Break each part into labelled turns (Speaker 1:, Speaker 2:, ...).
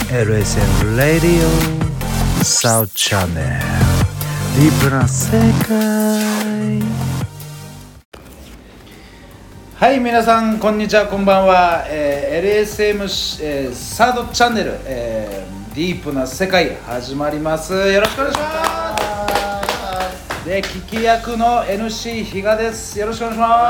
Speaker 1: LSM ラディオサウチャンネルディープな世界。はい、皆さんこんにちは、こんばんは。LSM、サードチャンネル、ディープな世界始まります。よろしくお願いします。で、聞き役の NC 比嘉です。よろしくお願いします。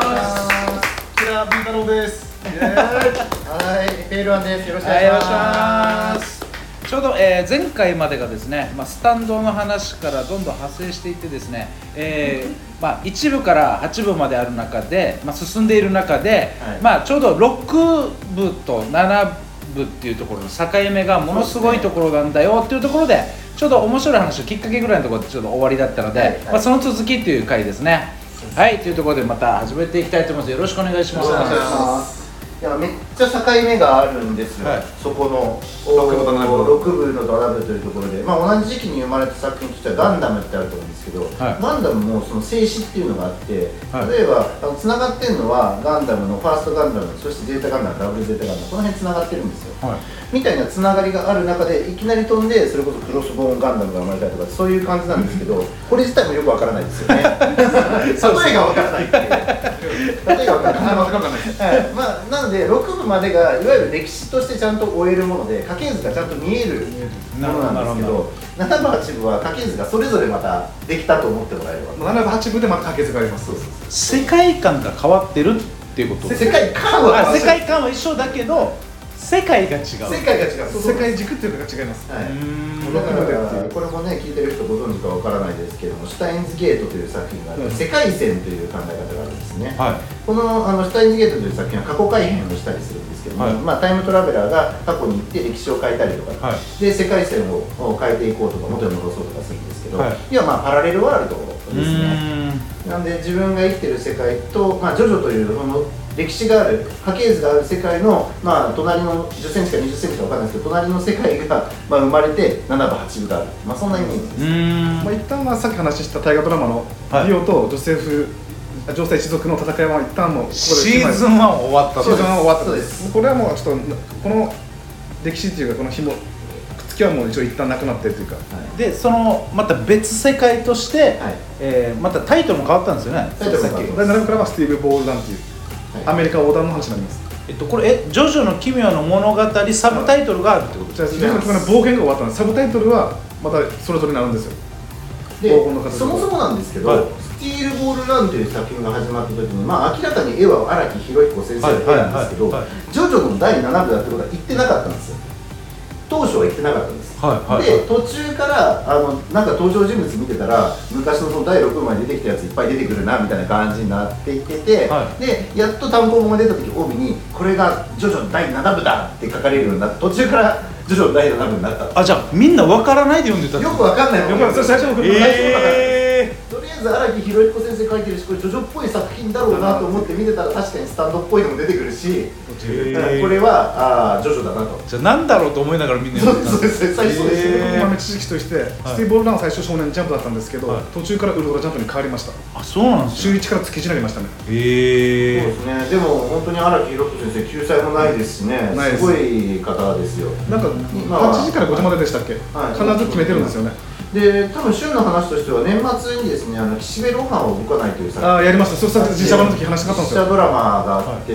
Speaker 2: キラー文太郎です。はい、ペールワンです。よろしくお願いします。
Speaker 1: はい、よろしくお願いします。ちょうど、前回までがですね、スタンドの話からどんどん派生していってですね、1部から8部まである中で、進んでいる中で、ちょうど6部と7部っていうところの境目がものすごいところなんだよっていうところで、ちょうど面白い話をきっかけぐらいのところでちょっと終わりだったので、その続きっていう回ですね。はい、というところでまた始めていきたいと思います。よろしくお願いします。
Speaker 2: お願いします。いや、めっちゃ境目があるんですよ、そこの6部の7部というところで、同じ時期に生まれた作品としてはガンダムってあると思うんですけど、ガンダムもその静止っていうのがあって、例えばつながってるのはガンダムのファーストガンダム、そしてゼータガンダム、ダブルゼータガンダム、この辺つながってるんですよ、みたいなつながりがある中でいきなり飛んで、それこそクロスボーンガンダムが生まれたりとか、そういう感じなんですけど、これ自体もよくわからないですよね。例えがわからないっていう。例えがわからない。なので6部までがいわゆる歴史としてちゃんと終えるもので、家系図がちゃんと見えるものなんですけど、7部8部は家系図がそれぞれまたできたと思ってもらえれば、7部8部でまた家系図があります。
Speaker 1: 世界観が変わってるっていうこと。
Speaker 2: 世界観は
Speaker 1: 一緒だけど世界が違う。
Speaker 2: 世界軸っていうのが違います。これもね、聞いてる人ご存知かわからないですけども、シュタインズゲートという作品があって、世界線という考え方があるんですね。このシュタインズゲートという作品は過去改編をしたりするんですけども、タイムトラベラーが過去に行って歴史を変えたりとか、で世界線を変えていこうとか元に戻そうとかするんですけど、要はパラレルワールドですね。なんで自分が生きてる世界と、ジョジョというその歴史がある家系図がある世界の、隣の10センチか20センチか分かんないですけど、隣の世界が、生まれて7部8部がある、そんなイメージです。一旦はさっき話した大河ドラマのリオと女性一族の戦いは一旦もうここで
Speaker 1: シーズン1終わったと。
Speaker 2: シーズン1終わったです。これはもうちょっとこの歴史っていうか、この紐くっつきはもう一応一旦なくなってるというか、
Speaker 1: でそのまた別世界として、またタイトルも変わったんですよね。
Speaker 2: タイトルも変わった。第7部からはスティーブ・ボールダンっていうアメリカ横断の話になります。
Speaker 1: これジョジョの奇妙な物語サブタイトルがあるってことですね。
Speaker 2: ジョジョの奇妙な冒険が終わったんです。サブタイトルはまたそれぞれになるんですよ。
Speaker 3: でそもそもなんですけど、スティールボールランという作品が始まった時に、明らかに絵は荒木博彦先生の絵なんですけど、ジョジョの第7部だってことは言ってなかったんですよ。当初は言ってなかったんです。で途中からなんか登場人物見てたら、昔のその第6部まで出てきたやついっぱい出てくるなみたいな感じになっていってて、でやっと単行本が出た時帯にこれがジョジョの第7部だって書かれるようになって、途中からジョジョの第7部になった。
Speaker 1: じゃあみんな分からないで読んでた。
Speaker 3: よく分かんないもん。
Speaker 2: 最初の
Speaker 3: とりあえず荒木博彦先生書いてるし、これジョジョっぽい作品だろうなと思って見てたら、確かにスタンドっぽいのも出てくるし、これはジョジョだなと。
Speaker 1: じゃあなんだろうと思いながらみんな読んでた。
Speaker 3: そうです、最初そうですね。
Speaker 2: 豆知識として、スティーブ・ボールダンは最初少年ジャンプだったんですけど、途中からウルトラジャンプに変わりました。
Speaker 1: そうなんです
Speaker 2: 週1から月1になりましたね。
Speaker 3: そうですね。でも本当に荒木博彦先生救済もないですしね、すごい方ですよ。
Speaker 2: なんか8時から5時まででしたっけ、必ず決めてるんですよね。
Speaker 3: で、多分旬の話としては年末にですね、岸辺露伴は動かないという作
Speaker 2: 品やりました。そうしたら実写版の時話しなかったんですよ。
Speaker 3: 実写ドラマがあって、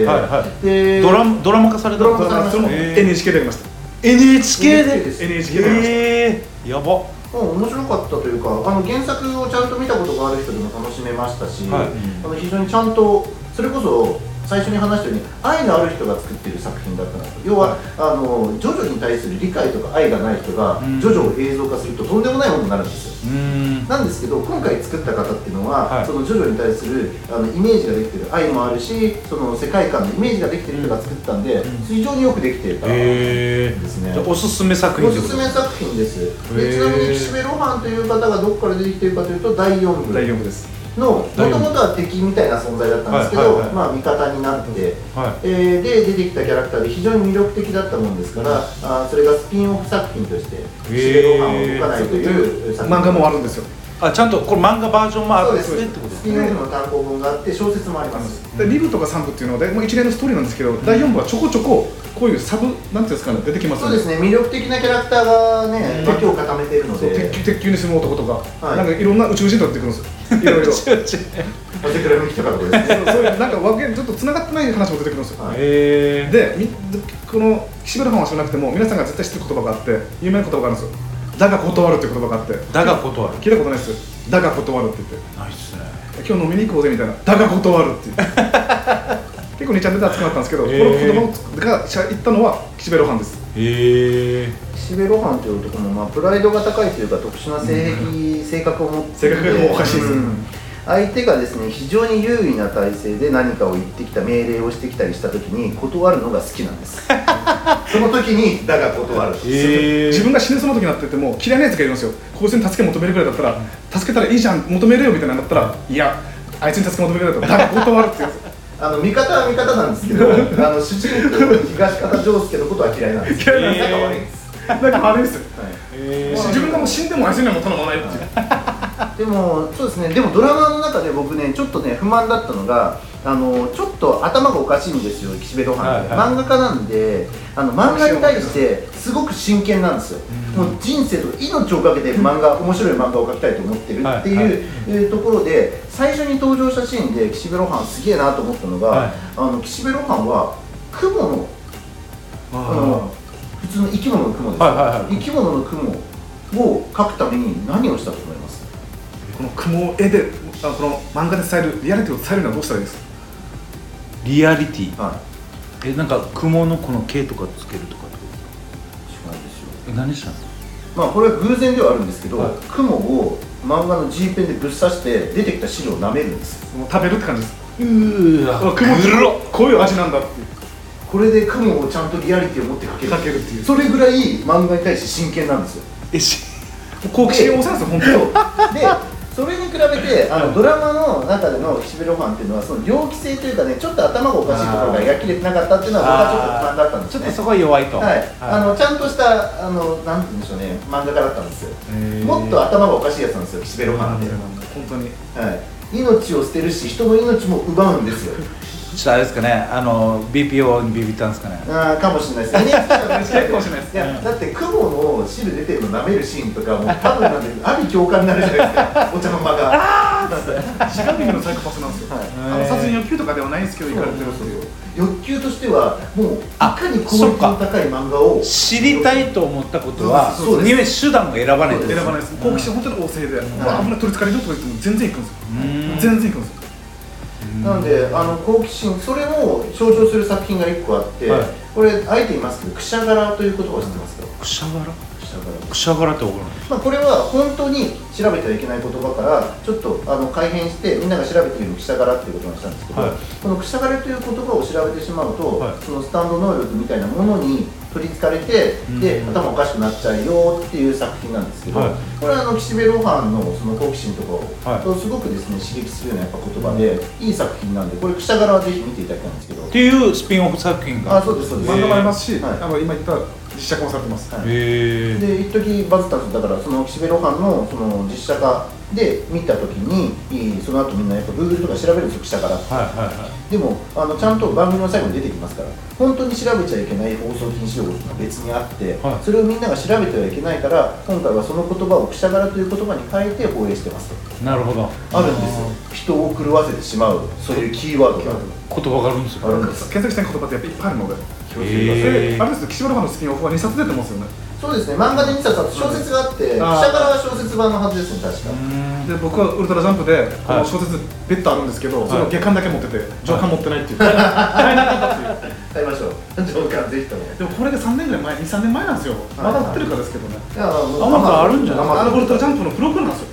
Speaker 1: でドラマ化されたの。
Speaker 2: それも NHK でやりました。
Speaker 1: NHK でやば。
Speaker 3: 面白かったというか、原作をちゃんと見たことがある人でも楽しめましたし、非常にちゃんと、それこそ最初に話したように愛のある人が作っている作品だったなと。要はジョジョに対する理解とか愛がない人がジョジョを映像化するととんでもないものになるんですよ。なんですけど、今回作った方っていうのは、そのジョジョに対するイメージができてる、愛もあるし、その世界観のイメージができてる人が作ったんで、非常によくできてたんですね。
Speaker 1: おすすめ作品
Speaker 3: おすすめ作品です。でちなみに岸辺露伴という方がどこから出てきてるかというと、第4部です。もともとは敵みたいな存在だったんですけど、味方になって、で出てきたキャラクターで非常に魅力的だったもんですから、それがスピンオフ作品として岸辺露伴を動かないという
Speaker 2: 漫画もあるんですよ。
Speaker 1: あ、ちゃんとこれ漫画バージョンもあるんですねってことですね。
Speaker 2: スピンオフの単行本があって小説もあります。
Speaker 4: で2部とか3部っていうのでもう一連のストーリーなんですけど、第4部はちょこちょここういうサブなんていうんですかね出てきます
Speaker 2: よね。そうですね、魅力的なキャラクターがね敵を固めているので、
Speaker 4: 鉄球に住む男とか、なんかいろんな宇宙人とか出てくるんですよ。いろいろ。
Speaker 2: アテクラムキとかですね。
Speaker 4: そういうなんかわけちょっと繋がってない話も出てくるんですよ。で、この岸辺露伴は知らなくても皆さんが絶対知ってる言葉があって有名な言葉があるんですよ。だが断るっていう言葉があって。
Speaker 1: だが断る。
Speaker 4: 聞いたことないです。だが断るって言って。
Speaker 1: ないっすね。
Speaker 4: 今日飲みに行こうぜみたいな。だが断るって言って。結構2ちゃんネタ熱くなったんですけど、この言葉が言ったのは岸辺露伴です。
Speaker 2: 岸辺露伴という男もプライドが高いというか特殊な性格を持っていて、
Speaker 4: 性格がおかしいです。
Speaker 2: 相手がですね非常に優位な体制で何かを言ってきた命令をしてきたりした時に断るのが好きなんですその時にだが断る、
Speaker 4: 自分が死ぬその時になってても嫌いなやつがいるんですよ。こいつに助け求めるぐらいだったら助けたらいいじゃん求めるよみたいなのだったらいやあいつに助け求めるぐらいだったらだが断るって言うんですよ。
Speaker 2: 味方は味方なんですけど主人公東方丈介のことは嫌いなんです。
Speaker 4: 嫌いなんです。
Speaker 2: 仲悪いです。
Speaker 4: 仲悪いですよ。自分がもう死んでもあいつにはもう頼まないっていう
Speaker 2: でもそうですね、でもドラマの中で僕ねちょっとね不満だったのがちょっと頭がおかしいんですよ岸辺露伴って、漫画家なんで漫画に対してすごく真剣なんですよ。もう人生と命をかけて面白い漫画を描きたいと思ってるっていうところで最初に登場したシーンで岸辺露伴すげえなと思ったのが、岸辺露伴は雲の普通の生き物の雲です、生き物の雲を描くために何をしたと思います？
Speaker 4: この雲を絵でこの漫画で伝えるリアリティを伝えるにはどうしたらいいですか？
Speaker 1: リアリティ、なんか雲のこの毛とかつけるとかって
Speaker 2: こと？違うんですよ。
Speaker 1: 何したんですか？
Speaker 2: これは偶然ではあるんですけど、雲を漫画の G ペンでぶっ刺して出てきた汁を舐めるんですよ。
Speaker 4: もう食べるって感じです。
Speaker 1: 雲
Speaker 4: こういう味なんだっていう。
Speaker 2: これで雲をちゃんとリアリティを持って描けるっていう。それぐらい漫画に対して真剣なんですよ。
Speaker 4: 好奇心旺盛なんですよ本当。
Speaker 2: でそれに比べてドラマの中での岸辺露伴っていうのはその猟奇性というかねちょっと頭がおかしいところが描きれてなかったっていうのは僕はちょっと不満だったんですね。
Speaker 1: ちょっとそこは弱いと。
Speaker 2: はい、ちゃんとしたなんて言うんでしょうね漫画家だったんですよ。もっと頭がおかしいやつなんですよ岸辺露伴って。
Speaker 4: 本当に。
Speaker 2: はい。命を捨てるし人の命も奪うんですよ。
Speaker 1: ちょっとあれですかね、BPO にビビったんですかね。
Speaker 2: かもしれないです。
Speaker 4: 結構しないです。
Speaker 2: いやだって雲の汁出てるの舐めるシーンとかも多分なんであり共感になるじゃないですか。お茶の間が。
Speaker 4: 時間的のサイコパスなんですよ。殺人欲求とかではないんですけど、いかれてるっていう。
Speaker 2: 欲求としてはもういかにクオリティの高い漫画を
Speaker 1: 知りたいと思ったことは手段を選ばないです。
Speaker 4: 選ばないです。好奇心本当に旺盛で、危ない取りつかれるとか言っても全然行くんですよ。全然行くんですよ。
Speaker 2: なので好奇心それを象徴する作品が1個あって、これあえて言いますけどくしゃがらという言葉を知ってますか？
Speaker 1: くしゃがら？くしゃがらって分からない。
Speaker 2: これは本当に調べてはいけない言葉からちょっと改変してみんなが調べているくしゃがらっていうことにしたんですけど、このくしゃがらという言葉を調べてしまうと、そのスタンド能力みたいなものに取りつかれて、で頭おかしくなっちゃうよっていう作品なんですけど、これは岸辺露伴のその好奇心とかをすごくですね刺激するようなやっぱ言葉でいい作品なんで、これくしゃがらはぜひ見ていただきたいんですけど。
Speaker 1: っていうスピンオフ作品が。
Speaker 2: そうですそうです。
Speaker 4: 漫画もありますし、今言った実写化もされてます。
Speaker 2: で一時バズったんです。だからその岸辺露伴のその実写化で見たときにその後みんなやっぱ Google とか調べるんですよ、くしゃがらって。でもちゃんと番組の最後に出てきますから、本当に調べちゃいけない放送禁止用語が別にあって、それをみんなが調べてはいけないから、今回はその言葉をくしゃがらという言葉に変えて放映してますと。
Speaker 1: なるほど。
Speaker 2: あるんですよ。人を狂わせてしまうそういうキーワードが
Speaker 1: 言葉があるんですよ。
Speaker 2: あるんです。
Speaker 4: 検索したい言葉ってやっぱいっぱいあるので。あれですよ、岸辺露伴のスピンオフは2冊出てますよね。
Speaker 2: そうですね、漫画で2冊あって小説があって、くしゃがらは小説版のはずですね、確か。
Speaker 4: で僕はウルトラジャンプでこの小説別途あるんですけど、それを下巻だけ持ってて上巻持ってないっていう。買えなかったっていう。
Speaker 2: 買いましょう。上巻ぜひとも。
Speaker 4: でもこれが3年ぐらい前、2、3年前なんですよ。まだ売ってるからですけどね。
Speaker 1: アマゾンあるんじゃない？
Speaker 4: ウルトラジャンプの付録なんですよ。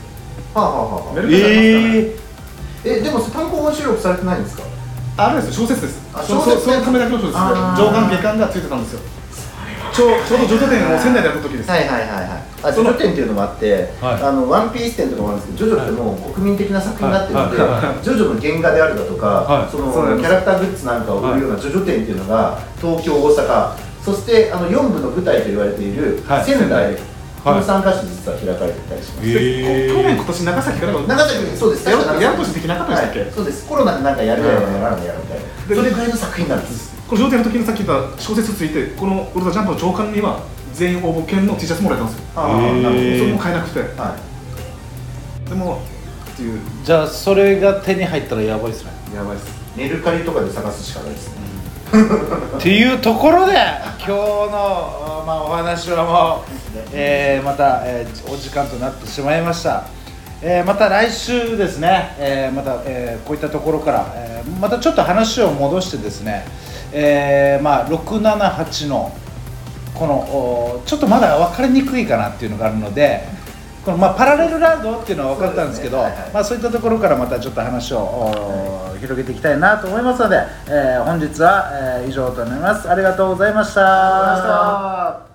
Speaker 2: でも単行本収録されてないんですか？
Speaker 4: あれですよ、小説です。そのためだけの小説で上巻下巻がついてたんですよ。ちょうどジョジョ展を仙台でやった時です。
Speaker 2: ジョジョ展っていうのもあって、ワンピース展とかもあるんですけど、ジョジョってもう国民的な作品になってるので、ジョジョの原画であるだとか、そのキャラクターグッズなんかを売るようなジョジョ展っていうのが東京、大阪、そして4部の舞台と言われている仙台この3カ所実は開かれてたりします。
Speaker 4: 去年今年長崎から
Speaker 2: 長崎にそうです。
Speaker 4: やるとしてできなかったでしたっけ？
Speaker 2: そうです。コロナでなんかやるやらないやるみたいな。それぐらいの作品なんです。
Speaker 4: この上天の時にさっき言った小説ついて、このウルトラジャンプの上巻には全員応募券の T シャツもらえたんですよ。なるほど。それも買えなくて。でもっていう。
Speaker 1: じゃあそれが手に入ったらやばいっすね。
Speaker 4: やばいっす。
Speaker 2: メルカリとかで探すしかないですね。
Speaker 1: っていうところで今日の、お話はもう、また、お時間となってしまいました。また来週ですね、また、こういったところから、またちょっと話を戻してですね、678のこのちょっとまだ分かりにくいかなっていうのがあるので、このパラレルランドっていうのは分かったんですけど、そういったところからまたちょっと話を広げていきたいなと思いますので、本日は、以上となります。ありがとうございました。